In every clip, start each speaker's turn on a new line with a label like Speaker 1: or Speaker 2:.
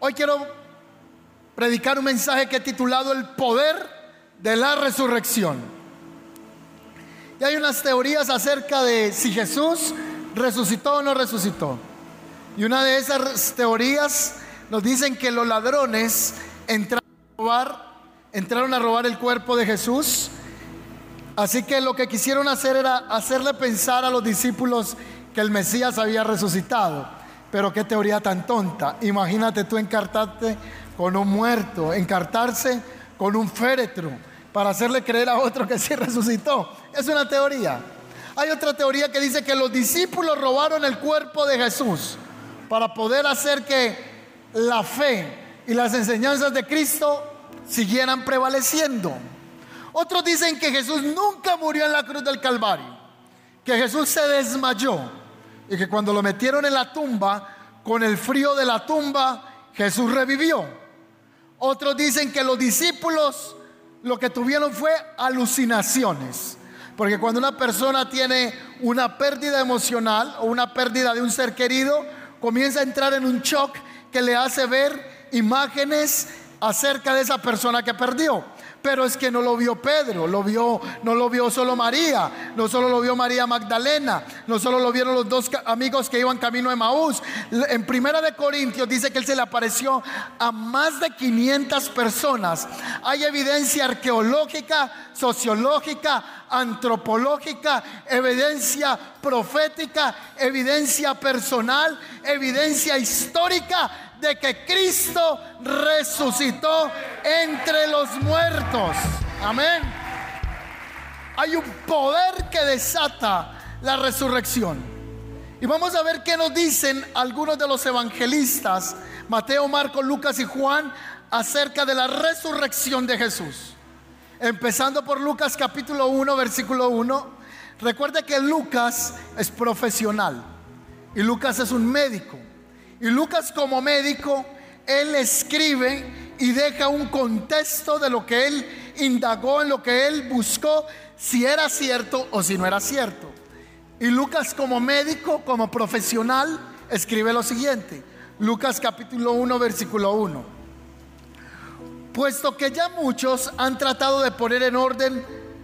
Speaker 1: Hoy quiero predicar un mensaje que he titulado El poder de la resurrección. Y hay unas teorías acerca de si Jesús resucitó o no resucitó. Y una de esas teorías nos dicen que los ladrones entraron a robar el cuerpo de Jesús. Así que lo que quisieron hacer era hacerle pensar a los discípulos que el Mesías había resucitado. Pero qué teoría tan tonta. Imagínate tú encartarte con un muerto, encartarse con un féretro para hacerle creer a otro que sí resucitó. Es una teoría. Hay otra teoría que dice que los discípulos robaron el cuerpo de Jesús para poder hacer que la fe y las enseñanzas de Cristo siguieran prevaleciendo. Otros dicen que Jesús nunca murió en la cruz del Calvario, que Jesús se desmayó y que cuando lo metieron en la tumba, con el frío de la tumba, Jesús revivió. Otros dicen que los discípulos lo que tuvieron fue alucinaciones, porque cuando una persona tiene una pérdida emocional o una pérdida de un ser querido, comienza a entrar en un shock que le hace ver imágenes acerca de esa persona que perdió. Pero es que no lo vio Pedro, no lo vio solo María, no solo lo vio María Magdalena, no solo lo vieron los dos amigos que iban camino de Emaús. En 1 de Corintios dice que él se le apareció a más de 500 personas. Hay evidencia arqueológica, sociológica, antropológica, evidencia profética, evidencia personal, evidencia histórica de que Cristo resucitó entre los muertos. Amén. Hay un poder que desata la resurrección. Y vamos a ver qué nos dicen algunos de los evangelistas, Mateo, Marcos, Lucas y Juan, acerca de la resurrección de Jesús. Empezando por Lucas capítulo 1, versículo 1. Recuerde que Lucas es profesional y Lucas es un médico. Y Lucas, como médico, él escribe y deja un contexto de lo que él indagó, en lo que él buscó, si era cierto o si no era cierto. Y Lucas, como médico, como profesional, escribe lo siguiente. Lucas capítulo 1, versículo 1. Puesto que ya muchos han tratado de poner en orden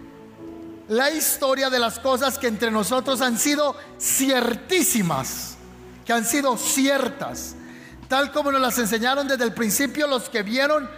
Speaker 1: la historia de las cosas que entre nosotros han sido ciertísimas, que han sido ciertas, tal como nos las enseñaron desde el principio los que vieron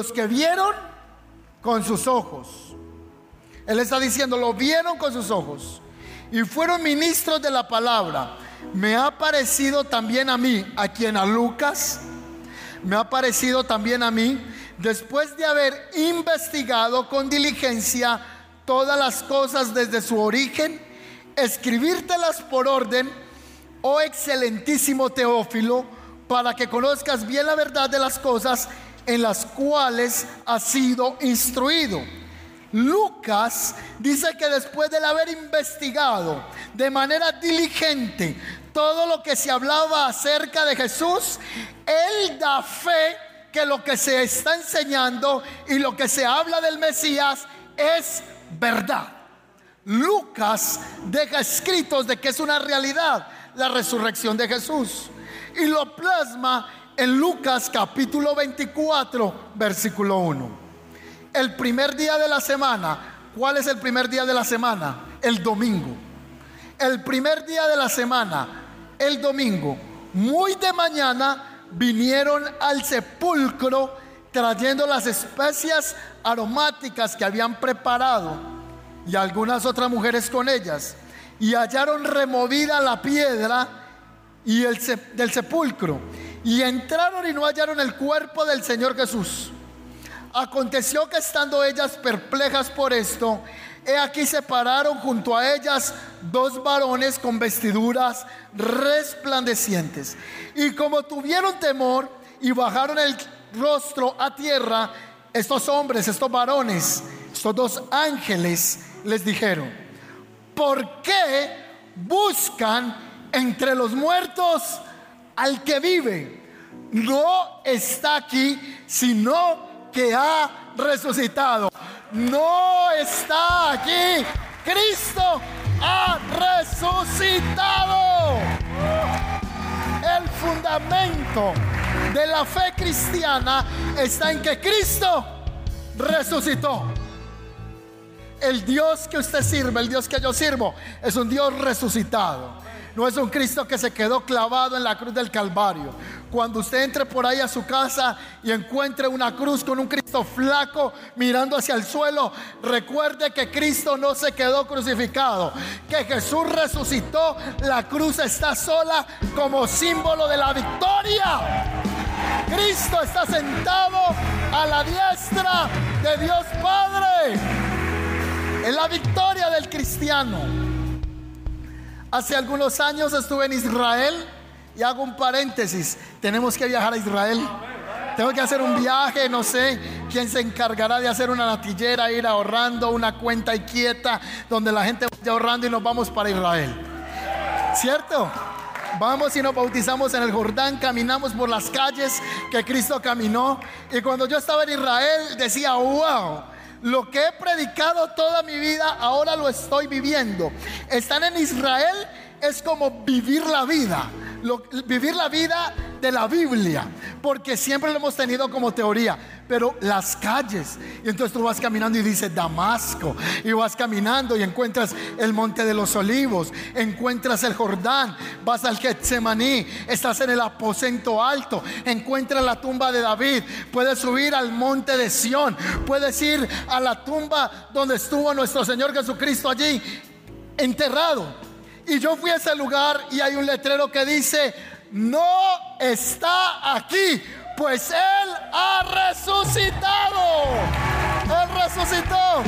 Speaker 1: con sus ojos. Él está diciendo, lo vieron con sus ojos y fueron ministros de la palabra. Me ha parecido también a mí, a quien a Lucas, me ha parecido también a mí, después de haber investigado con diligencia todas las cosas desde su origen, escribírtelas por orden, oh excelentísimo Teófilo, para que conozcas bien la verdad de las cosas en las cuales has sido instruido. Lucas dice que después de haber investigado de manera diligente todo lo que se hablaba acerca de Jesús, él da fe que lo que se está enseñando y lo que se habla del Mesías es verdad. Lucas deja escritos de que es una realidad la resurrección de Jesús y lo plasma en Lucas capítulo 24, versículo 1. El primer día de la semana. ¿Cuál es el primer día de la semana? El domingo. El primer día de la semana, el domingo, muy de mañana, vinieron al sepulcro trayendo las especias aromáticas que habían preparado y algunas otras mujeres con ellas, y hallaron removida la piedra del sepulcro, y entraron y no hallaron el cuerpo del Señor Jesús. Aconteció que estando ellas perplejas por esto, he aquí se pararon junto a ellas dos varones con vestiduras resplandecientes, y como tuvieron temor y bajaron el rostro a tierra, estos hombres, estos varones, estos dos ángeles les dijeron: ¿por qué buscan entre los muertos al que vive? No está aquí, sino que ha resucitado. No está aquí, Cristo ha resucitado. El fundamento de la fe cristiana está en que Cristo resucitó. El Dios que usted sirve, el Dios que yo sirvo, es un Dios resucitado. No es un Cristo que se quedó clavado en la cruz del Calvario. Cuando usted entre por ahí a su casa y encuentre una cruz con un Cristo flaco mirando hacia el suelo, recuerde que Cristo no se quedó crucificado, que Jesús resucitó. La cruz está sola como símbolo de la victoria. Cristo está sentado a la diestra de Dios Padre. Es la victoria del cristiano. Hace algunos años estuve en Israel y hago un paréntesis. Tenemos que viajar a Israel. Tengo que hacer un viaje, no sé quién se encargará de hacer una natillera, ir ahorrando una cuenta y quieta donde la gente vaya ahorrando y nos vamos para Israel. ¿Cierto? Vamos y nos bautizamos en el Jordán, caminamos por las calles que Cristo caminó. Y cuando yo estaba en Israel decía, wow, lo que he predicado toda mi vida, ahora lo estoy viviendo. Estar en Israel es como vivir la vida. Vivir la vida de la Biblia, porque siempre lo hemos tenido como teoría, pero las calles, y entonces tú vas caminando y dices Damasco, y vas caminando y encuentras el Monte de los Olivos, encuentras el Jordán, vas al Getsemaní, estás en el aposento alto, encuentras la tumba de David, puedes subir al monte de Sión, puedes ir a la tumba donde estuvo nuestro Señor Jesucristo allí enterrado. Y yo fui a ese lugar y hay un letrero que dice: no está aquí, pues Él ha resucitado. Él resucitó.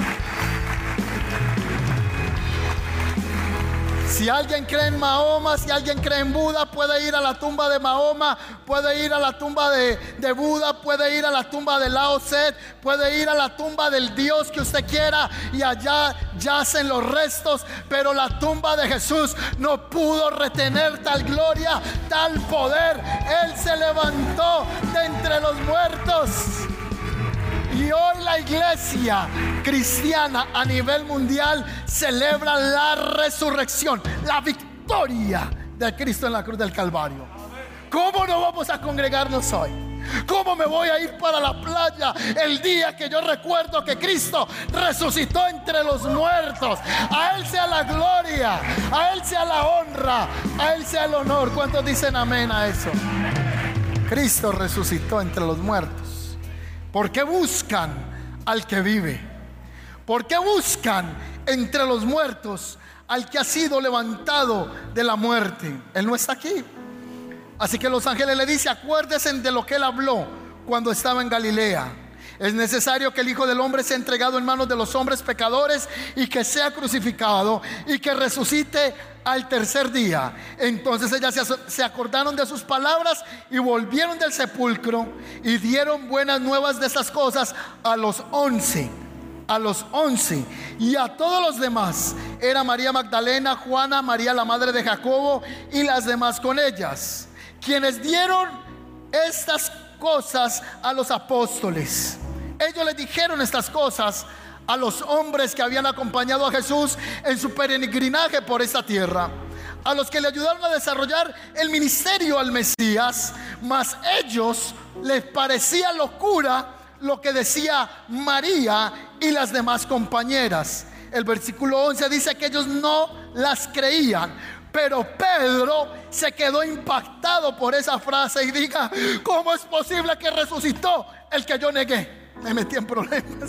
Speaker 1: Si alguien cree en Mahoma, si alguien cree en Buda, puede ir a la tumba de Mahoma, puede ir a la tumba de Buda, puede ir a la tumba de Lao Tse, puede ir a la tumba del Dios que usted quiera, y allá yacen los restos. Pero la tumba de Jesús no pudo retener tal gloria, tal poder. Él se levantó de entre los muertos. Y hoy la iglesia cristiana a nivel mundial celebra la resurrección, la victoria de Cristo en la cruz del Calvario. ¿Cómo no vamos a congregarnos hoy? ¿Cómo me voy a ir para la playa el día que yo recuerdo que Cristo resucitó entre los muertos? A Él sea la gloria, a Él sea la honra, a Él sea el honor. ¿Cuántos dicen amén a eso? Cristo resucitó entre los muertos. ¿Por qué buscan al que vive? ¿Por qué buscan entre los muertos al que ha sido levantado de la muerte? Él no está aquí. Así que los ángeles le dicen: acuérdense de lo que Él habló cuando estaba en Galilea. Es necesario que el Hijo del Hombre sea entregado en manos de los hombres pecadores y que sea crucificado y que resucite al tercer día. Entonces ellas se acordaron de sus palabras y volvieron del sepulcro y dieron buenas nuevas de esas cosas a los 11. Y a todos los demás. Era María Magdalena, Juana, María la madre de Jacobo y las demás con ellas, quienes dieron estas cosas a los apóstoles. Ellos les dijeron estas cosas a los hombres que habían acompañado a Jesús en su peregrinaje por esta tierra, a los que le ayudaron a desarrollar el ministerio al Mesías. Mas ellos les parecía locura lo que decía María y las demás compañeras. El versículo 11 dice que ellos no las creían, pero Pedro se quedó impactado por esa frase y diga: ¿cómo es posible que resucitó el que yo negué? Me metí en problemas.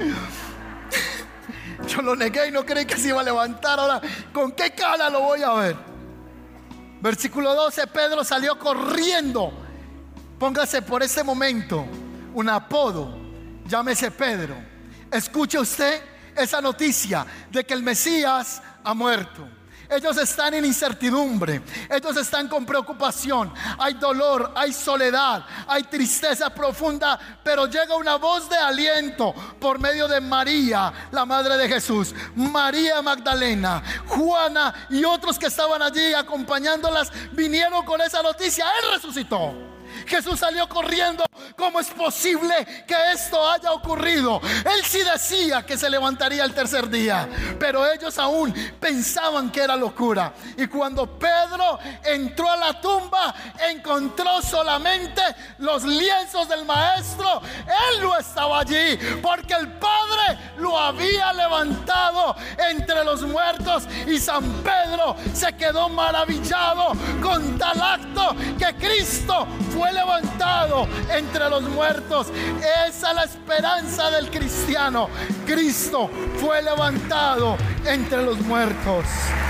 Speaker 1: Yo lo negué y no creí que se iba a levantar. Ahora, ¿con qué cara lo voy a ver? Versículo 12: Pedro salió corriendo. Póngase por este momento un apodo, llámese Pedro. Escuche usted esa noticia de que el Mesías ha muerto. Ellos están en incertidumbre, ellos están con preocupación, hay dolor, hay soledad, hay tristeza profunda, pero llega una voz de aliento por medio de María, la madre de Jesús, María Magdalena, Juana y otros que estaban allí acompañándolas. Vinieron con esa noticia: Él resucitó. Jesús salió corriendo. ¿Cómo es posible que esto haya ocurrido? Él sí decía que se levantaría el tercer día, pero ellos aún pensaban que era locura. Y cuando Pedro entró a la tumba, encontró solamente los lienzos del maestro. Él no estaba allí porque el Padre lo había levantado entre los muertos. Y San Pedro se quedó maravillado con tal acto, que Cristo fue levantado entre los muertos. Esa es la esperanza del cristiano. Cristo fue levantado entre los muertos.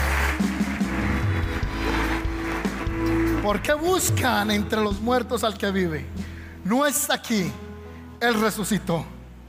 Speaker 1: ¿Por qué buscan entre los muertos al que vive? No está aquí, Él resucitó.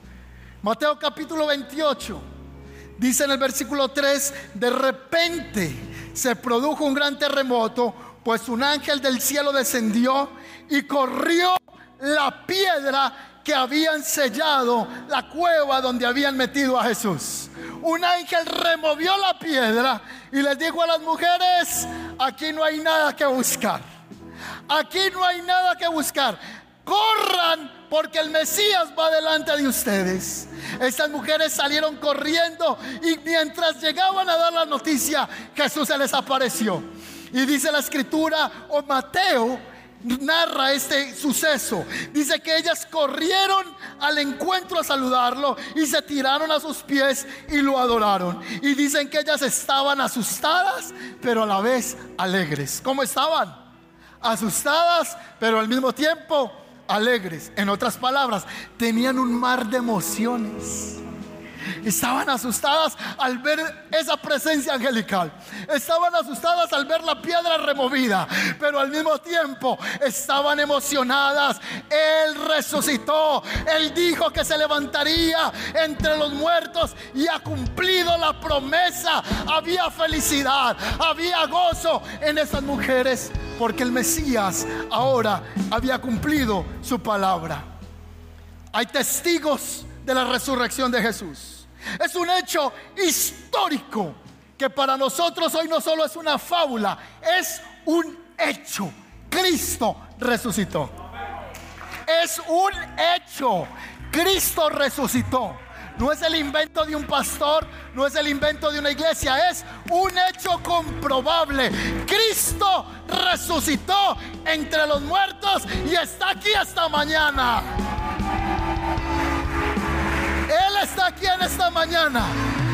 Speaker 1: Mateo capítulo 28 dice en el versículo 3: de repente se produjo un gran terremoto, pues un ángel del cielo descendió y corrió la piedra que habían sellado la cueva donde habían metido a Jesús. Un ángel removió la piedra y les dijo a las mujeres: aquí no hay nada que buscar. Aquí no hay nada que buscar. Corran, porque el Mesías va delante de ustedes. Estas mujeres salieron corriendo y mientras llegaban a dar la noticia, Jesús se les apareció. Y dice la escritura, o Mateo narra este suceso. Dice que ellas corrieron al encuentro a saludarlo y se tiraron a sus pies y lo adoraron. Y dicen que ellas estaban asustadas, pero a la vez alegres. ¿Cómo estaban? Asustadas, pero al mismo tiempo alegres. En otras palabras, tenían un mar de emociones. Estaban asustadas al ver esa presencia angelical. Estaban asustadas al ver la piedra removida, pero al mismo tiempo estaban emocionadas. Él resucitó. Él dijo que se levantaría entre los muertos y ha cumplido la promesa. Había felicidad, había gozo en esas mujeres, porque el Mesías ahora había cumplido su palabra. Hay testigos de la resurrección de Jesús. Es un hecho histórico que para nosotros hoy no solo es una fábula, es un hecho. Cristo resucitó. Es un hecho. Cristo resucitó. No es el invento de un pastor, no es el invento de una iglesia, es un hecho comprobable. Cristo resucitó entre los muertos y está aquí esta mañana. Él está aquí en esta mañana.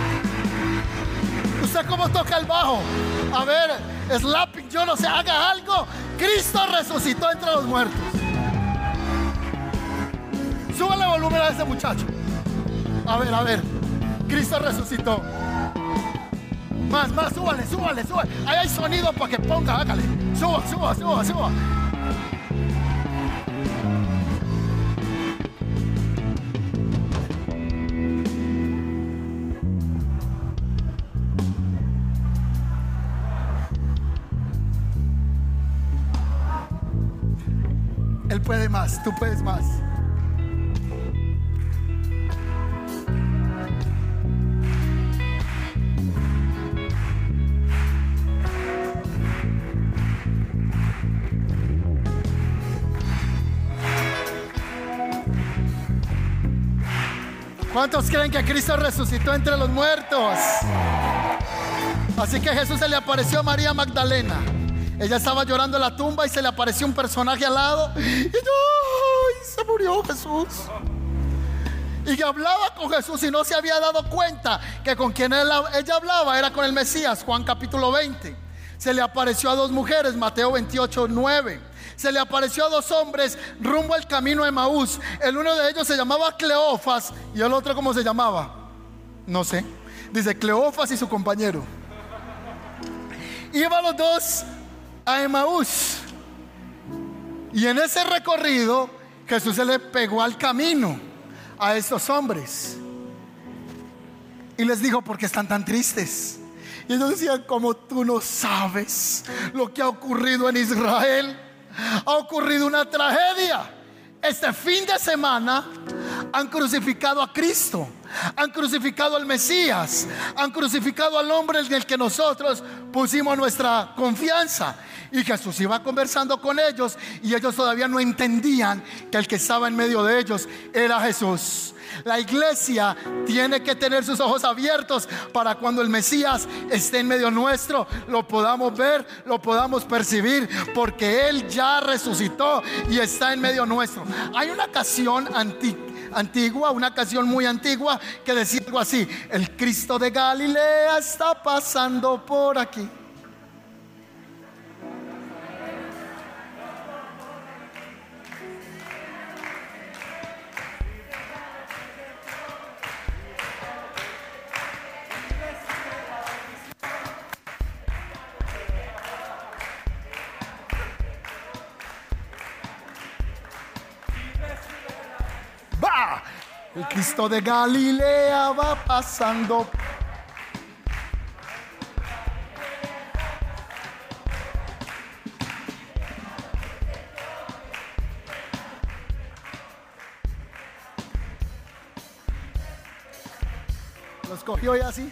Speaker 1: ¿Usted cómo toca el bajo? A ver, slapping, yo no sé, haga algo. Cristo resucitó entre los muertos. Súbale volumen a ese muchacho. A ver. Cristo resucitó. Más, súbale. Ahí hay sonido para que ponga, hágale. Suba. Él puede más, tú puedes más. ¿Cuántos creen que Cristo resucitó entre los muertos? Así que Jesús se le apareció a María Magdalena. Ella estaba llorando en la tumba y se le apareció un personaje al lado. Y ¡ay! Se murió Jesús. Y hablaba con Jesús y no se había dado cuenta que con quien ella hablaba era con el Mesías. Juan capítulo 20. Se le apareció a dos mujeres, Mateo 28:9. Se le apareció a dos hombres rumbo al camino de Emaús. El uno de ellos se llamaba Cleofas y el otro, ¿cómo se llamaba? No sé. Dice Cleofas y su compañero. Iban los dos a Emaús. Y en ese recorrido Jesús se le pegó al camino a estos hombres y les dijo: ¿por qué están tan tristes? Y ellos decían: como tú no sabes lo que ha ocurrido en Israel. Ha ocurrido una tragedia. Este fin de semana Han crucificado a Cristo, han crucificado al Mesías, han crucificado al hombre en el que nosotros pusimos nuestra confianza. Y Jesús iba conversando con ellos y ellos todavía no entendían que el que estaba en medio de ellos era Jesús. La iglesia tiene que tener sus ojos abiertos para cuando el Mesías esté en medio nuestro, lo podamos ver, lo podamos percibir, porque Él ya resucitó y está en medio nuestro. Hay una canción antigua, una canción muy antigua que decía algo así: el Cristo de Galilea está pasando por aquí. El Cristo de Galilea va pasando. Los cogió y así.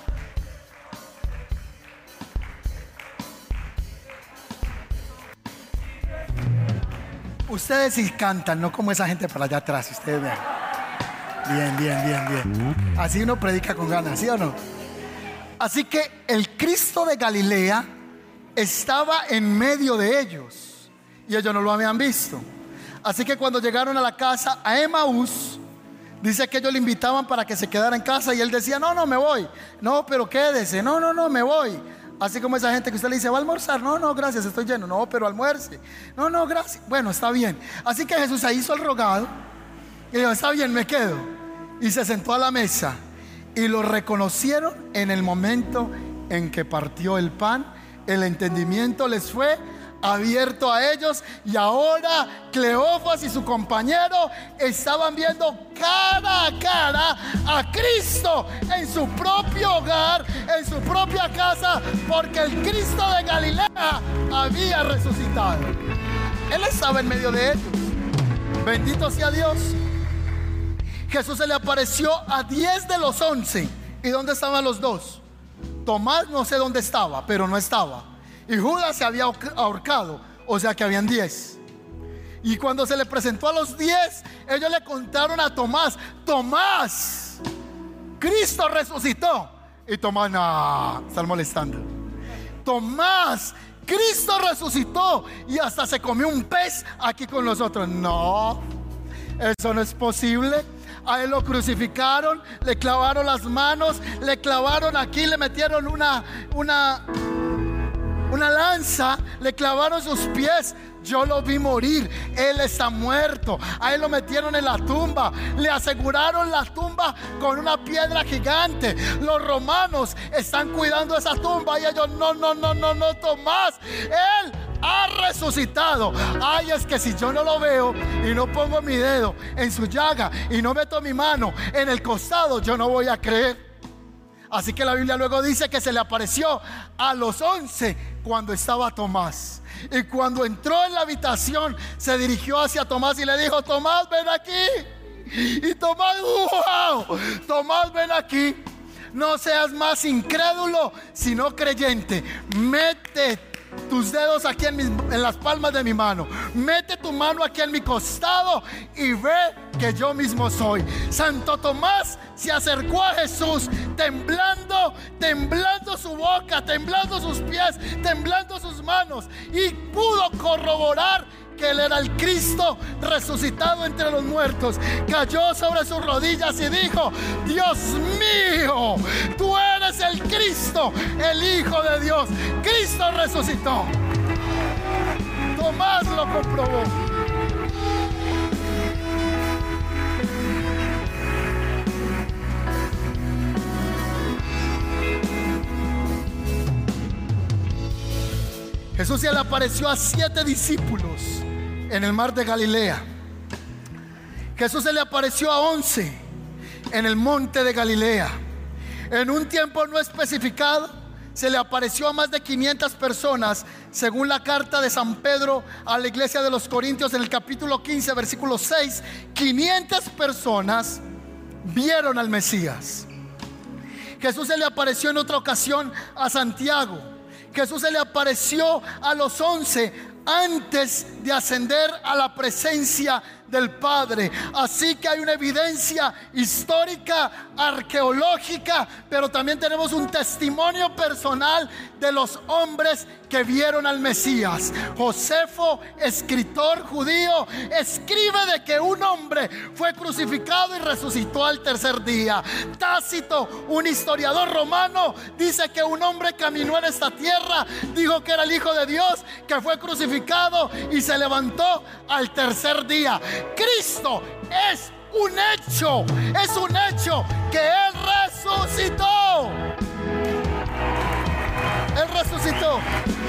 Speaker 1: Ustedes sí cantan, no como esa gente para allá atrás. Ustedes vean. Bien. Así uno predica con ganas, ¿sí o no? Así que el Cristo de Galilea estaba en medio de ellos y ellos no lo habían visto. Así que cuando llegaron a la casa a Emaús, dice que ellos le invitaban para que se quedara en casa y él decía: no, me voy. No, pero quédese. No, me voy. Así como esa gente que usted le dice: ¿va a almorzar? No, gracias, estoy lleno. No, pero almuerce. No, gracias. Bueno, está bien. Así que Jesús se hizo el rogado y dijo: está bien, me quedo. Y se sentó a la mesa y lo reconocieron en el momento en que partió el pan. El entendimiento les fue abierto a ellos y ahora Cleofas y su compañero estaban viendo cara a cara a Cristo en su propio hogar, en su propia casa, porque el Cristo de Galilea había resucitado. Él estaba en medio de ellos. Bendito sea Dios. Jesús se le apareció a 10 de los 11. ¿Y dónde estaban los dos? Tomás no sé dónde estaba, pero no estaba. Y Judas se había ahorcado, o sea que habían 10. Y cuando se le presentó a los 10, ellos le contaron a Tomás: Tomás, Cristo resucitó. Y Tomás: no, están molestando. Tomás, Cristo resucitó y hasta se comió un pez aquí con nosotros. No, eso no es posible. A él lo crucificaron, le clavaron las manos, le clavaron aquí, le metieron una lanza, le clavaron sus pies. Yo lo vi morir, él está muerto. A él lo metieron en la tumba, le aseguraron la tumba con una piedra gigante. Los romanos están cuidando esa tumba y ellos: no, Tomás, él ha resucitado. Ay, es que si yo no lo veo y no pongo mi dedo en su llaga y no meto mi mano en el costado, yo no voy a creer. Así que la Biblia luego dice que se le apareció a los 11 cuando estaba Tomás. Y cuando entró en la habitación, se dirigió hacia Tomás y le dijo: Tomás, ven aquí. Y Tomás: wow, Tomás, ven aquí. No seas más incrédulo, sino creyente. Mete tus dedos aquí en las palmas de mi mano. Mete tu mano aquí en mi costado y ve que yo mismo soy. Santo Tomás se acercó a Jesús temblando su boca, temblando sus pies, temblando sus manos, y pudo corroborar que él era el Cristo resucitado entre los muertos. Cayó sobre sus rodillas y dijo: Dios mío, tú eres el Cristo, el Hijo de Dios. Cristo resucitó. Tomás lo comprobó. Jesús se le apareció a 7 discípulos en el mar de Galilea. Jesús se le apareció a 11 en el monte de Galilea. En un tiempo no especificado, se le apareció a más de 500 personas, según la carta de San Pedro a la iglesia de los Corintios en el capítulo 15, versículo 6. 500 personas vieron al Mesías. Jesús se le apareció en otra ocasión a Santiago. Jesús se le apareció a los 11 antes de ascender a la presencia del Padre. Así que hay una evidencia histórica, arqueológica, pero también tenemos un testimonio personal de los hombres que vieron al Mesías. Josefo, escritor judío, escribe de que un hombre fue crucificado y resucitó al tercer día. Tácito, un historiador romano, dice que un hombre caminó en esta tierra, dijo que era el Hijo de Dios, que fue crucificado y se levantó al tercer día. Cristo es un hecho que Él resucitó. Él resucitó.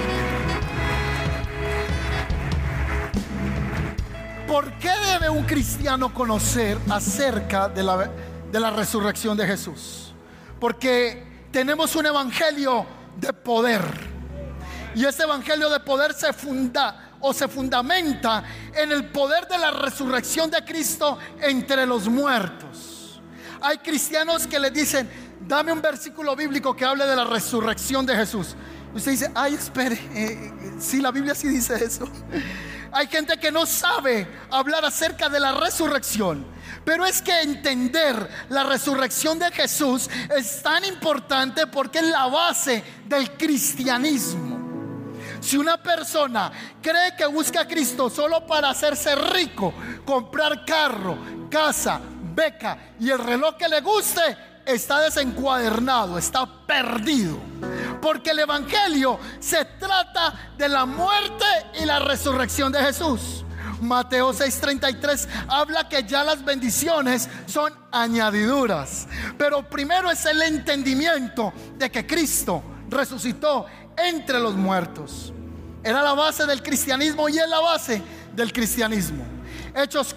Speaker 1: ¿Por qué debe un cristiano conocer acerca de la resurrección de Jesús? Porque tenemos un evangelio de poder. Y ese evangelio de poder se fundamenta en el poder de la resurrección de Cristo entre los muertos. Hay cristianos que le dicen: dame un versículo bíblico que hable de la resurrección de Jesús. Usted dice: ay, espere, sí, la Biblia sí dice eso. Hay gente que no sabe hablar acerca de la resurrección, pero es que entender la resurrección de Jesús es tan importante porque es la base del cristianismo. Si una persona cree que busca a Cristo solo para hacerse rico, comprar carro, casa, beca y el reloj que le guste, está desencuadernado, está perdido. Porque el evangelio se trata de la muerte y la resurrección de Jesús. Mateo 6:33 habla que ya las bendiciones son añadiduras, pero primero es el entendimiento de que Cristo resucitó entre los muertos. Era la base del cristianismo y es la base del cristianismo. Hechos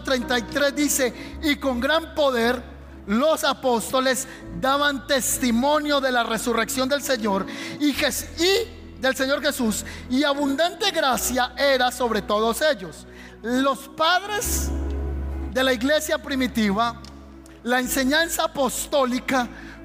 Speaker 1: 4:33 dice: y con gran poder los apóstoles daban testimonio de la resurrección del Señor y del Señor Jesús, y abundante gracia era sobre todos ellos. Los padres de la iglesia primitiva, la enseñanza apostólica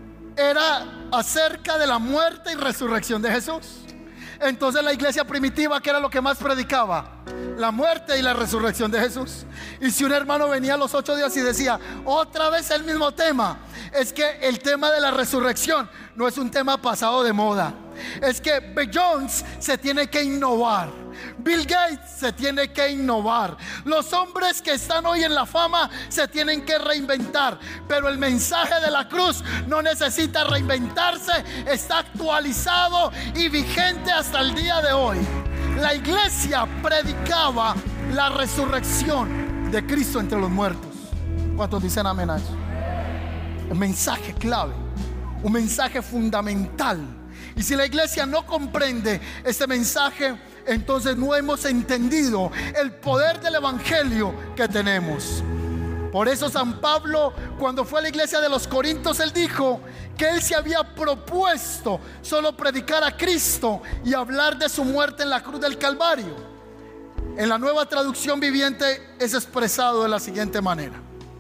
Speaker 1: era acerca de la muerte y resurrección de Jesús. Entonces la iglesia primitiva, ¿qué era lo que más predicaba? La muerte y la resurrección de Jesús. Y si un hermano venía a los 8 días y decía otra vez el mismo tema, es que el tema de la resurrección no es un tema pasado de moda. Es que Bill Jones se tiene que innovar, Bill Gates se tiene que innovar, los hombres que están hoy en la fama se tienen que reinventar. Pero el mensaje de la cruz no necesita reinventarse, está actualizado y vigente hasta el día de hoy. La iglesia predicaba la resurrección de Cristo entre los muertos. ¿Cuántos dicen amén a eso? Un mensaje clave, un mensaje fundamental. Y si la iglesia no comprende este mensaje, entonces no hemos entendido el poder del evangelio que tenemos. Por eso San Pablo, cuando fue a la iglesia de los Corintios, él dijo que él se había propuesto solo predicar a Cristo y hablar de su muerte en la cruz del Calvario. En la Nueva Traducción Viviente es expresado de la siguiente manera: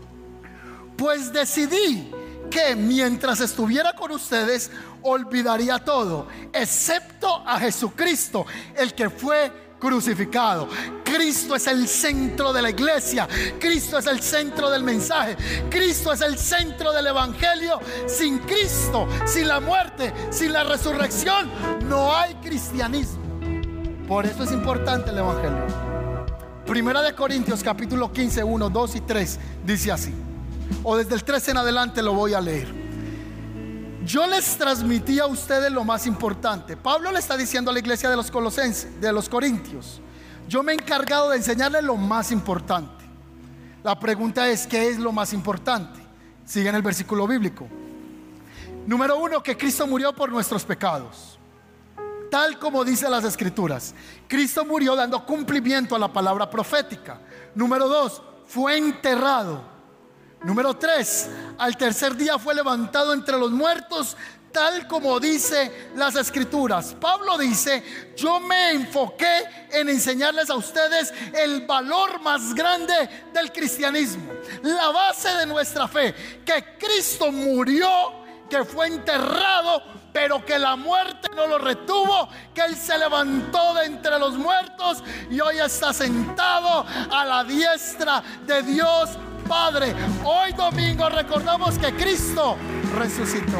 Speaker 1: pues decidí que mientras estuviera con ustedes olvidaría todo, excepto a Jesucristo, el que fue crucificado. Cristo es el centro de la iglesia. Cristo es el centro del mensaje. Cristo es el centro del evangelio. Sin Cristo, sin la muerte, sin la resurrección, no hay cristianismo. Por eso es importante el evangelio. Primera de Corintios capítulo 15, 1, 2 y 3 dice así, o desde el 13 en adelante lo voy a leer. Yo les transmití a ustedes lo más importante. Pablo le está diciendo a la iglesia de los Colosenses, de los Corintios: yo me he encargado de enseñarles lo más importante. La pregunta es: ¿qué es lo más importante? Sigue en el versículo bíblico. Número 1, que Cristo murió por nuestros pecados, tal como dice las Escrituras. Cristo murió dando cumplimiento a la palabra profética. Número 2, fue enterrado. Número 3, al tercer día fue levantado entre los muertos, tal como dice las Escrituras. Pablo dice: yo me enfoqué en enseñarles a ustedes el valor más grande del cristianismo, la base de nuestra fe, que Cristo murió, que fue enterrado, pero que la muerte no lo retuvo, que Él se levantó de entre los muertos y hoy está sentado a la diestra de Dios Padre. Hoy domingo recordamos que Cristo resucitó.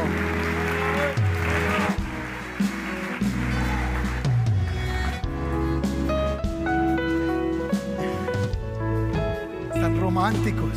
Speaker 1: Están románticos.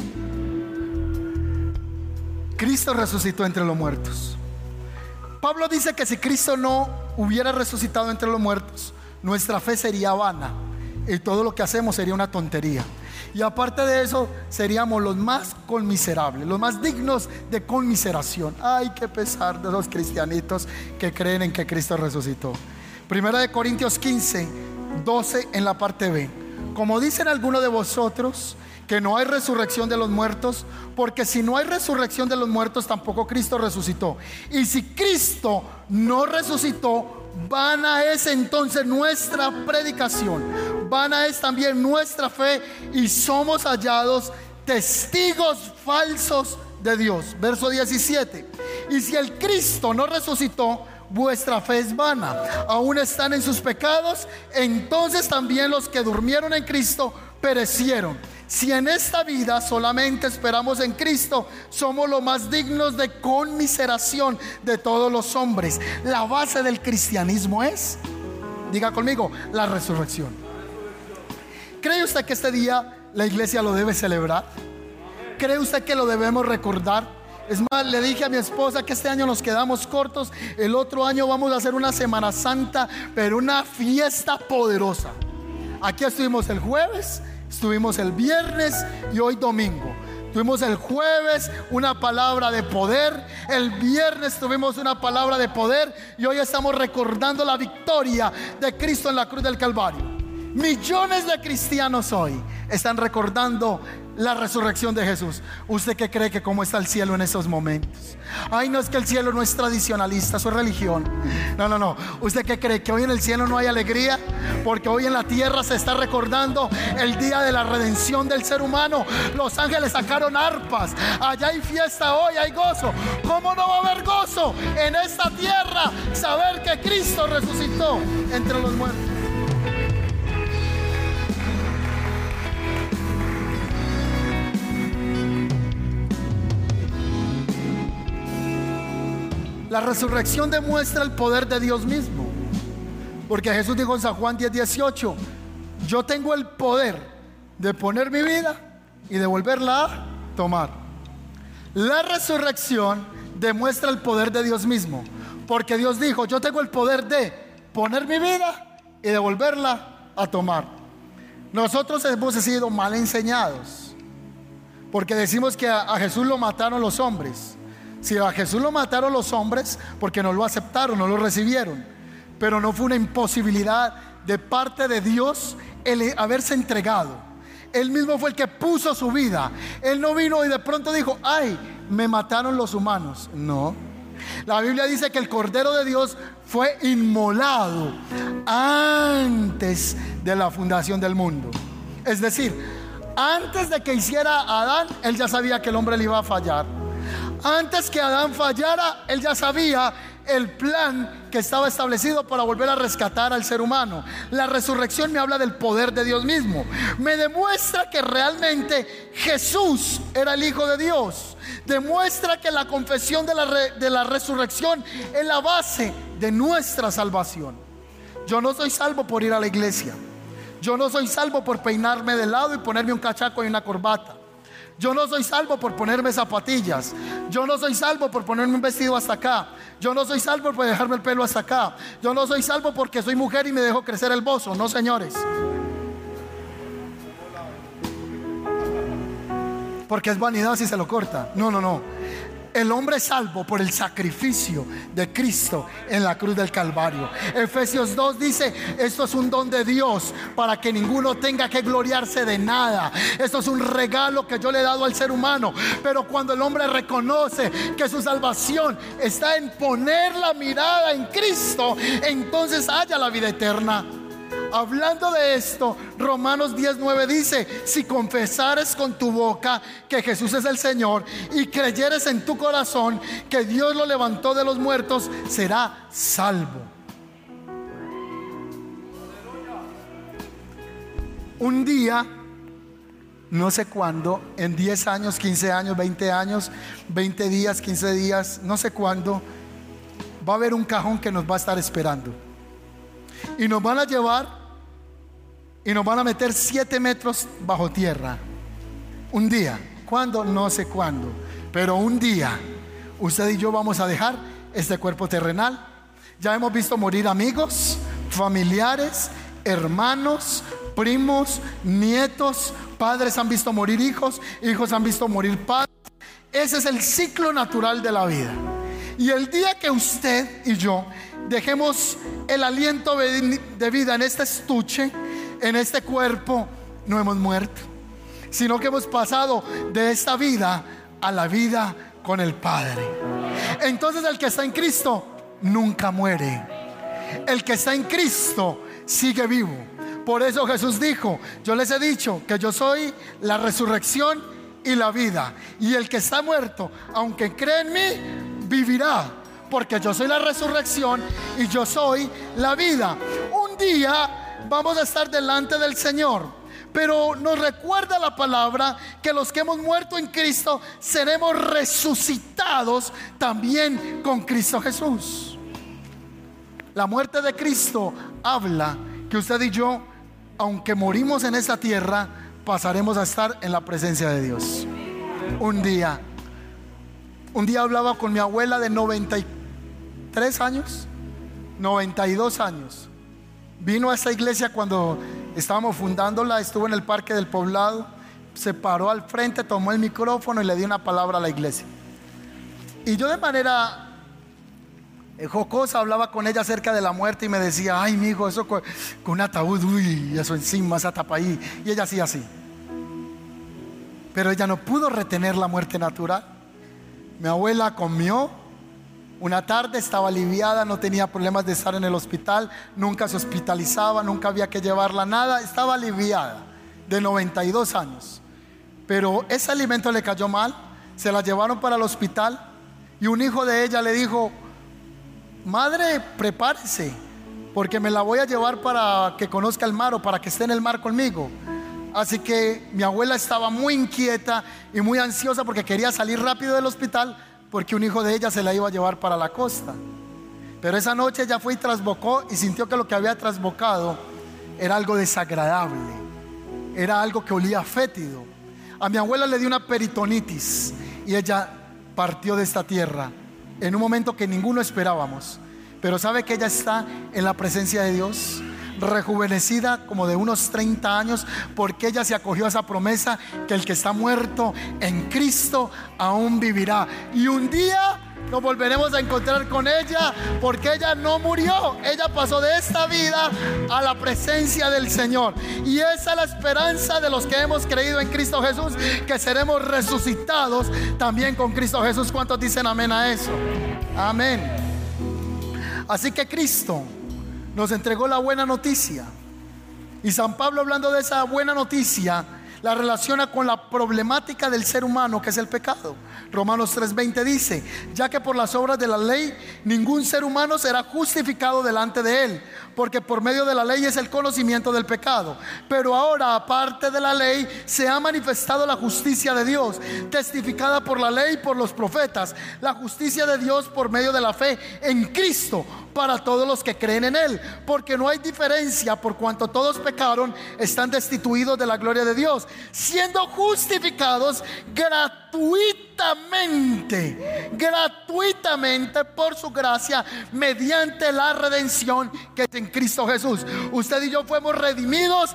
Speaker 1: Cristo resucitó entre los muertos. Pablo dice que si Cristo no hubiera resucitado entre los muertos, nuestra fe sería vana y todo lo que hacemos sería una tontería. Y aparte de eso, seríamos los más conmiserables, los más dignos de conmiseración. Ay, qué pesar de los cristianitos que creen en que Cristo resucitó. Primera de Corintios 15, 12 en la parte B. Como dicen algunos de vosotros que no hay resurrección de los muertos, porque si no hay resurrección de los muertos, tampoco Cristo resucitó. Y si Cristo no resucitó, vana es entonces nuestra predicación, vana es también nuestra fe, y somos hallados testigos falsos de Dios. Verso 17. Y si el Cristo no resucitó, vuestra fe es vana, aún están en sus pecados, entonces también los que durmieron en Cristo perecieron. Si en esta vida solamente esperamos en Cristo, somos los más dignos de conmiseración de todos los hombres. La base del cristianismo es, diga conmigo, la resurrección. ¿Cree usted que este día la iglesia lo debe celebrar? ¿Cree usted que lo debemos recordar? Es más, le dije a mi esposa que este año nos quedamos cortos. El otro año vamos a hacer una Semana Santa, pero una fiesta poderosa. Aquí estuvimos el jueves, estuvimos el viernes y hoy domingo. Tuvimos el jueves una palabra de poder, el viernes tuvimos una palabra de poder y hoy estamos recordando la victoria de Cristo en la cruz del Calvario. Millones de cristianos hoy están recordando la resurrección de Jesús. ¿Usted qué cree que cómo está el cielo en esos momentos? Ay, no, es que el cielo no es tradicionalista, eso es religión. No. ¿Usted qué cree? ¿Que hoy en el cielo no hay alegría? Porque hoy en la tierra se está recordando el día de la redención del ser humano. Los ángeles sacaron arpas. Allá hay fiesta hoy, hay gozo. ¿Cómo no va a haber gozo en esta tierra? Saber que Cristo resucitó entre los muertos. La resurrección demuestra el poder de Dios mismo, porque Jesús dijo en San Juan 10:18: yo tengo el poder de poner mi vida y de volverla a tomar. La resurrección demuestra el poder de Dios mismo, porque Dios dijo: yo tengo el poder de poner mi vida y de volverla a tomar. Nosotros hemos sido mal enseñados, porque decimos que a Jesús lo mataron los hombres. Si a Jesús lo mataron los hombres, porque no lo aceptaron, no lo recibieron. Pero no fue una imposibilidad de parte de Dios el haberse entregado. Él mismo fue el que puso su vida. Él no vino y de pronto dijo: ay, me mataron los humanos. No. La Biblia dice que el Cordero de Dios fue inmolado antes de la fundación del mundo. Es decir, antes de que hiciera Adán, él ya sabía que el hombre le iba a fallar. Antes que Adán fallara, él ya sabía el plan que estaba establecido para volver a rescatar al ser humano. La resurrección me habla del poder de Dios mismo. Me demuestra que realmente Jesús era el Hijo de Dios. Demuestra que la confesión de la resurrección es la base de nuestra salvación. Yo no soy salvo por ir a la iglesia. Yo no soy salvo por peinarme de lado y ponerme un cachaco y una corbata. Yo no soy salvo por ponerme zapatillas. Yo no soy salvo por ponerme un vestido hasta acá. Yo no soy salvo por dejarme el pelo hasta acá. Yo no soy salvo porque soy mujer y me dejo crecer el bozo. No, señores. Porque es vanidad si se lo corta. No. El hombre es salvo por el sacrificio de Cristo en la cruz del Calvario. Efesios 2 dice: esto es un don de Dios para que ninguno tenga que gloriarse de nada. Esto es un regalo que yo le he dado al ser humano. Pero cuando el hombre reconoce que su salvación está en poner la mirada en Cristo, entonces haya la vida eterna. Hablando de esto, Romanos 10:9 dice: si confesares con tu boca que Jesús es el Señor y creyeres en tu corazón que Dios lo levantó de los muertos, será salvo. Un día, no sé cuándo, en 10 años, 15 años, 20 años, 20 días, 15 días, no sé cuándo, va a haber un cajón que nos va a estar esperando. Y nos van a llevar y nos van a meter 7 metros bajo tierra. Un día, ¿cuándo? No sé cuándo, pero un día usted y yo vamos a dejar este cuerpo terrenal. Ya hemos visto morir amigos, familiares, hermanos, primos, nietos. Padres han visto morir hijos, hijos han visto morir padres. Ese es el ciclo natural de la vida. Y el día que usted y yo dejemos el aliento de vida en este estuche, en este cuerpo, no hemos muerto, sino que hemos pasado de esta vida a la vida con el Padre. Entonces el que está en Cristo nunca muere. El que está en Cristo sigue vivo. Por eso Jesús dijo: yo les he dicho que yo soy la resurrección y la vida, y el que está muerto, aunque cree en mí, vivirá, porque yo soy la resurrección y yo soy la vida. Un día vamos a estar delante del Señor, pero nos recuerda la palabra que los que hemos muerto en Cristo seremos resucitados también con Cristo Jesús. La muerte de Cristo habla que usted y yo, aunque morimos en esta tierra, pasaremos a estar en la presencia de Dios. Un día hablaba con mi abuela de 93 años, 92 años. Vino a esta iglesia cuando estábamos fundándola. Estuvo en el Parque del Poblado, se paró al frente, tomó el micrófono y le dio una palabra a la iglesia. Y yo, de manera jocosa, hablaba con ella acerca de la muerte y me decía: ay, mijo, eso con un ataúd, uy, eso encima, esa tapa ahí. Y ella hacía así. Pero ella no pudo retener la muerte natural. Mi abuela comió. Una tarde estaba aliviada, no tenía problemas de estar en el hospital, nunca se hospitalizaba, nunca había que llevarla nada, estaba aliviada, de 92 años. Pero ese alimento le cayó mal, se la llevaron para el hospital y un hijo de ella le dijo: madre, prepárese, porque me la voy a llevar para que conozca el mar, o para que esté en el mar conmigo. Así que mi abuela estaba muy inquieta y muy ansiosa porque quería salir rápido del hospital, porque un hijo de ella se la iba a llevar para la costa. Pero esa noche ella fue y trasbocó y sintió que lo que había trasbocado era algo desagradable, era algo que olía fétido. A mi abuela le dio una peritonitis y ella partió de esta tierra en un momento que ninguno esperábamos. Pero sabe que ella está en la presencia de Dios, rejuvenecida como de unos 30 años, porque ella se acogió a esa promesa que el que está muerto en Cristo aún vivirá. Y un día nos volveremos a encontrar con ella, porque ella no murió, ella pasó de esta vida a la presencia del Señor. Y esa es la esperanza de los que hemos creído en Cristo Jesús, que seremos resucitados también con Cristo Jesús. ¿Cuántos dicen amén a eso? Amén. Así que Cristo nos entregó la buena noticia, y San Pablo, hablando de esa buena noticia, la relaciona con la problemática del ser humano, que es el pecado. Romanos 3:20 dice: ya que por las obras de la ley ningún ser humano será justificado delante de él, porque por medio de la ley es el conocimiento del pecado. Pero ahora, aparte de la ley, se ha manifestado la justicia de Dios, testificada por la ley y por los profetas, la justicia de Dios por medio de la fe en Cristo, para todos los que creen en él, porque no hay diferencia, por cuanto todos pecaron, están destituidos de la gloria de Dios, siendo justificados gratuitamente por su gracia, mediante la redención que es en Cristo Jesús. Usted y yo fuimos redimidos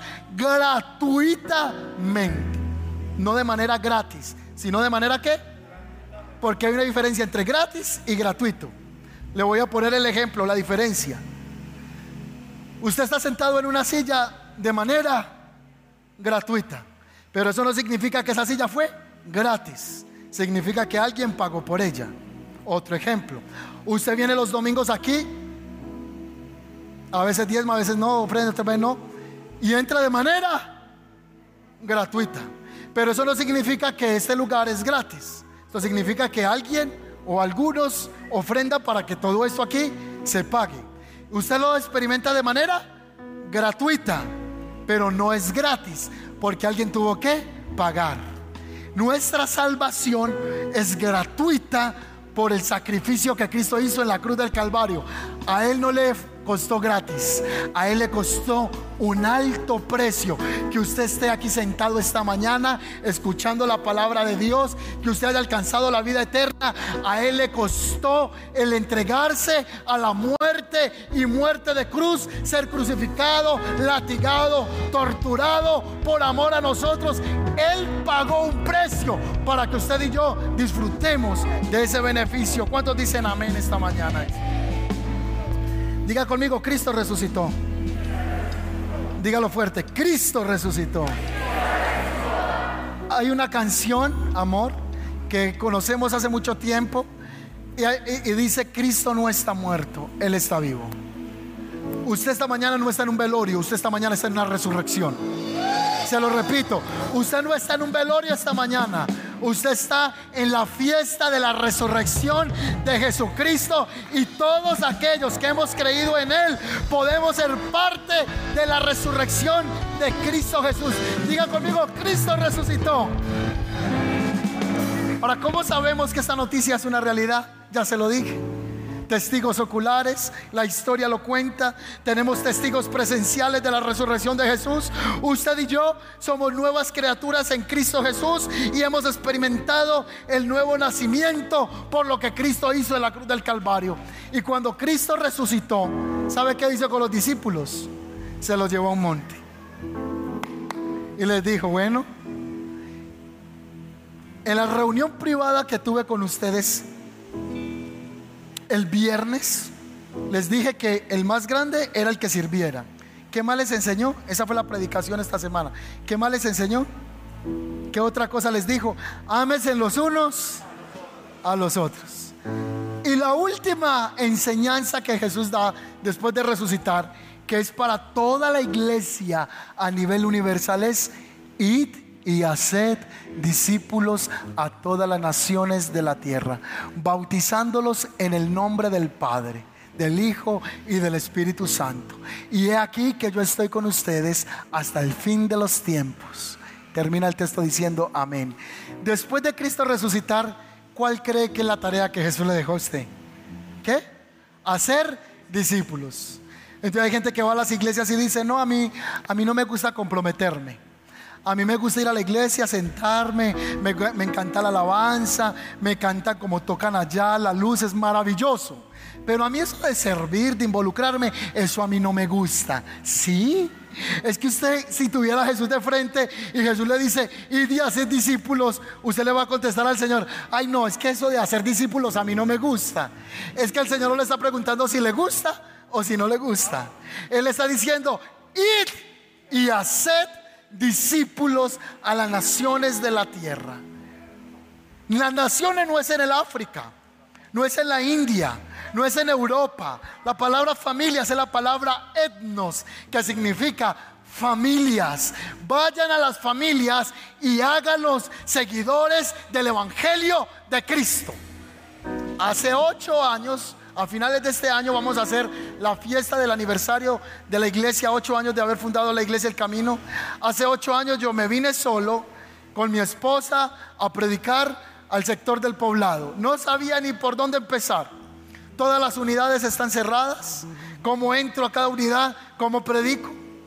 Speaker 1: gratuitamente, no de manera gratis, sino de manera ¿qué? Porque hay una diferencia entre gratis y gratuito. Le voy a poner el ejemplo, la diferencia. Usted está sentado en una silla de manera gratuita, pero eso no significa que esa silla fue gratis. Significa que alguien pagó por ella. Otro ejemplo: usted viene los domingos aquí, a veces diezma, a veces no, ofrenda, otra vez no, y entra de manera gratuita. Pero eso no significa que este lugar es gratis. Esto significa que alguien o algunos ofrendan para que todo esto aquí se pague. Usted lo experimenta de manera gratuita, pero no es gratis, porque alguien tuvo que pagar. Nuestra salvación es gratuita por el sacrificio que Cristo hizo en la cruz del Calvario. A Él no le costó gratis, a Él le costó un alto precio. Que usted esté aquí sentado esta mañana escuchando la palabra de Dios, que usted haya alcanzado la vida eterna, a Él le costó el entregarse a la muerte, y muerte de cruz, ser crucificado, latigado, torturado por amor a nosotros. Él pagó un precio para que usted y yo disfrutemos de ese beneficio. ¿Cuántos dicen amén esta mañana? Diga conmigo: Cristo resucitó. Dígalo fuerte: Cristo resucitó. Hay una canción, amor, que conocemos hace mucho tiempo, y dice: Cristo no está muerto, Él está vivo. Usted esta mañana no está en un velorio, usted esta mañana está en una resurrección. Se lo repito: usted no está en un velorio esta mañana, usted está en la fiesta de la resurrección de Jesucristo. Y todos aquellos que hemos creído en Él podemos ser parte de la resurrección de Cristo Jesús. Diga conmigo: Cristo resucitó. Ahora, ¿cómo sabemos que esta noticia es una realidad? Ya se lo dije: testigos oculares, la historia lo cuenta. Tenemos testigos presenciales de la resurrección de Jesús. Usted y yo somos nuevas criaturas en Cristo Jesús, y hemos experimentado el nuevo nacimiento por lo que Cristo hizo en la cruz del Calvario. Y cuando Cristo resucitó, ¿sabe qué hizo con los discípulos? Se los llevó a un monte y les dijo: bueno, en la reunión privada que tuve con ustedes el viernes, les dije que el más grande era el que sirviera. ¿Qué más les enseñó? Esa fue la predicación esta semana. ¿Qué más les enseñó? ¿Qué otra cosa les dijo? Ámense los unos a los otros. Y la última enseñanza que Jesús da después de resucitar, que es para toda la iglesia a nivel universal, es: id y haced discípulos a todas las naciones de la tierra, bautizándolos en el nombre del Padre, del Hijo y del Espíritu Santo. Y he aquí que yo estoy con ustedes hasta el fin de los tiempos. Termina el texto diciendo amén. Después de Cristo resucitar, ¿cuál cree que es la tarea que Jesús le dejó a usted? ¿Qué? Hacer discípulos. Entonces hay gente que va a las iglesias y dice: no, a mí no me gusta comprometerme. A mí me gusta ir a la iglesia, sentarme, me encanta la alabanza, me encanta como tocan allá, la luz es maravilloso. Pero a mí eso de servir, de involucrarme, eso a mí no me gusta. ¿Sí? Es que usted, si tuviera a Jesús de frente y Jesús le dice: id y haced discípulos, usted le va a contestar al Señor: ay no, es que eso de hacer discípulos a mí no me gusta. Es que el Señor no le está preguntando si le gusta o si no le gusta. Él le está diciendo: id y haced discípulos a las naciones de la tierra. Las naciones no es en el África, no es en la India, no es en Europa. La palabra familia es la palabra etnos, que significa familias. Vayan a las familias y háganlos seguidores del Evangelio de Cristo. Hace 8 años, a finales de este año, vamos a hacer la fiesta del aniversario de la iglesia, 8 años de haber fundado la iglesia El Camino. Hace 8 años yo me vine solo con mi esposa a predicar al sector del Poblado. No sabía ni por dónde empezar. Todas las unidades están cerradas. ¿Cómo entro a cada unidad? ¿Cómo predico?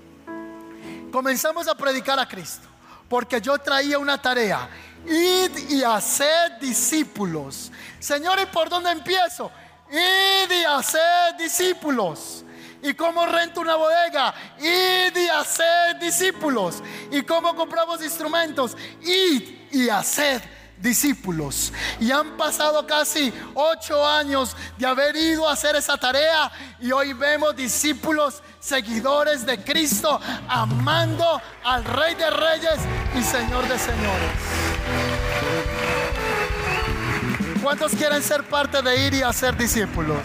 Speaker 1: Comenzamos a predicar a Cristo, porque yo traía una tarea: id y haced discípulos. Señor, ¿y por dónde empiezo? Id y haced discípulos. ¿Y cómo rento una bodega? Id y haced discípulos. ¿Y cómo compramos instrumentos? Id y haced discípulos. Y han pasado casi 8 años de haber ido a hacer esa tarea, y hoy vemos discípulos seguidores de Cristo, amando al Rey de Reyes y Señor de Señores. ¿Cuántos quieren ser parte de ir y hacer discípulos?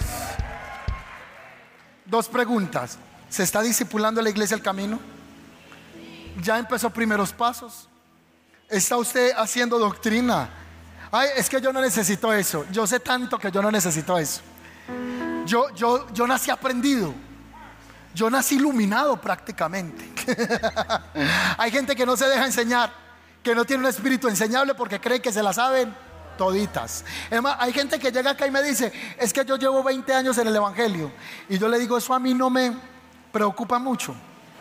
Speaker 1: 2 preguntas. ¿Se está discipulando la iglesia El Camino? ¿Ya empezó primeros pasos? ¿Está usted haciendo doctrina? Ay, es que yo no necesito eso. Yo sé tanto que yo no necesito eso. Yo nací aprendido. Yo nací iluminado prácticamente. Hay gente que no se deja enseñar, que no tiene un espíritu enseñable porque cree que se la saben toditas. Es más, hay gente que llega acá y me dice: es que yo llevo 20 años en el evangelio. Y yo le digo: eso a mí no me preocupa mucho.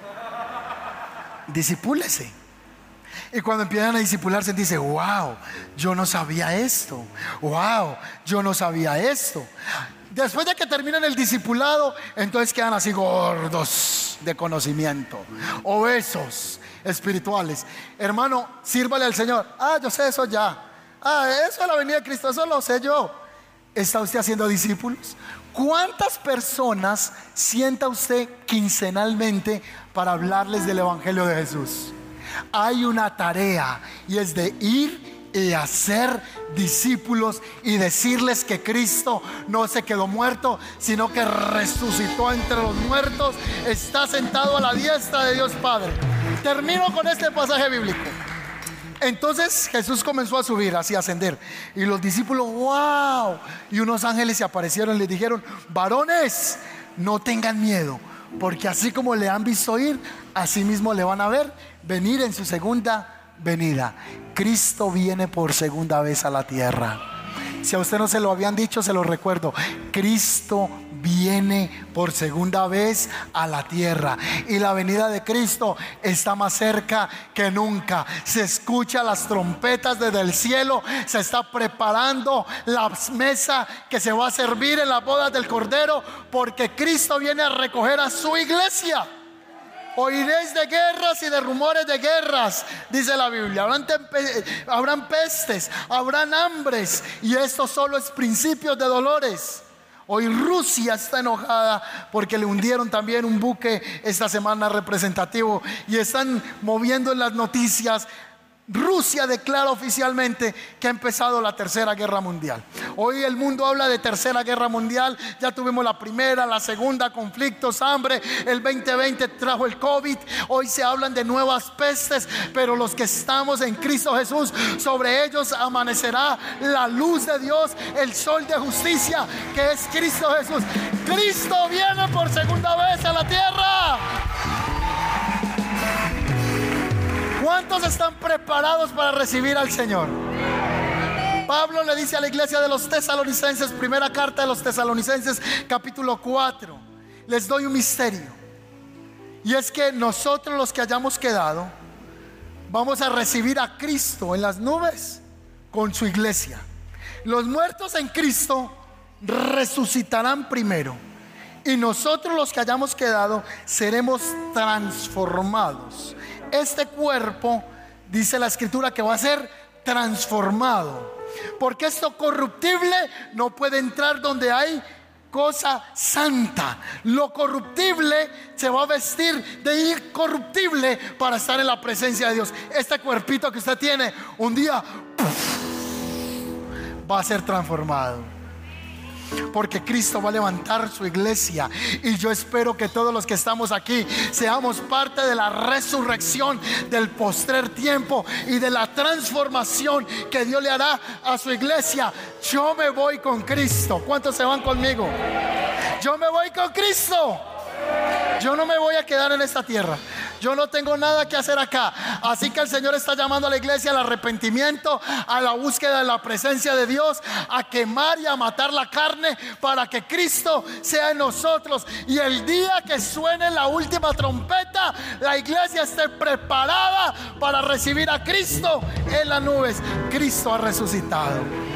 Speaker 1: Discipúlese. Y cuando empiezan a discipularse, dice: wow, yo no sabía esto. Wow, yo no sabía esto. Después de que terminan el discipulado, entonces quedan así gordos de conocimiento, obesos espirituales. Hermano, sírvale al Señor. Yo sé eso ya. Eso es la venida de Cristo, eso lo sé yo. ¿Está usted haciendo discípulos? ¿Cuántas personas sienta usted quincenalmente para hablarles del evangelio de Jesús? Hay una tarea, y es de ir y hacer discípulos y decirles que Cristo no se quedó muerto, sino que resucitó entre los muertos, está sentado a la diestra de Dios Padre. Termino con este pasaje bíblico. Entonces Jesús comenzó a subir, así a ascender, y los discípulos, wow, y unos ángeles se aparecieron y les dijeron: varones, no tengan miedo, porque así como le han visto ir, así mismo le van a ver venir en su segunda venida. Cristo viene por segunda vez a la tierra. Si a usted no se lo habían dicho, se lo recuerdo: Cristo viene por segunda vez a la tierra, y la venida de Cristo está más cerca que nunca. Se escuchan las trompetas desde el cielo. Se está preparando la mesa que se va a servir en las bodas del Cordero, porque Cristo viene a recoger a su iglesia. Oiréis de guerras y de rumores de guerras, dice la Biblia. Habrán pestes, habrán hambres, y esto solo es principio de dolores. Hoy Rusia está enojada porque le hundieron también un buque esta semana representativo, y están moviendo en las noticias. Rusia declara oficialmente que ha empezado la tercera guerra mundial. Hoy el mundo habla de tercera guerra mundial. Ya tuvimos la primera, la segunda, conflictos, hambre. El 2020 trajo el COVID. Hoy se hablan de nuevas pestes, pero los que estamos en Cristo Jesús, sobre ellos amanecerá la luz de Dios, el sol de justicia, que es Cristo Jesús. Cristo viene por segunda vez a la tierra. ¿Cuántos están preparados para recibir al Señor? Pablo le dice a la iglesia de los tesalonicenses, primera carta de los tesalonicenses, capítulo 4: les doy un misterio, y es que nosotros, los que hayamos quedado, vamos a recibir a Cristo en las nubes con su iglesia. Los muertos en Cristo resucitarán primero, y nosotros, los que hayamos quedado, seremos transformados. Este cuerpo, dice la escritura, que va a ser transformado, porque esto corruptible no puede entrar donde hay cosa santa. Lo corruptible se va a vestir de incorruptible para estar en la presencia de Dios. Este cuerpito que usted tiene, un día va a ser transformado, porque Cristo va a levantar su iglesia. Y yo espero que todos los que estamos aquí seamos parte de la resurrección del postrer tiempo y de la transformación que Dios le hará a su iglesia. Yo me voy con Cristo. ¿Cuántos se van conmigo? Yo me voy con Cristo. Yo no me voy a quedar en esta tierra. Yo no tengo nada que hacer acá. Así que el Señor está llamando a la iglesia al arrepentimiento, a la búsqueda de la presencia de Dios, a quemar y a matar la carne, para que Cristo sea en nosotros. Y el día que suene la última trompeta, la iglesia esté preparada para recibir a Cristo en las nubes. Cristo ha resucitado.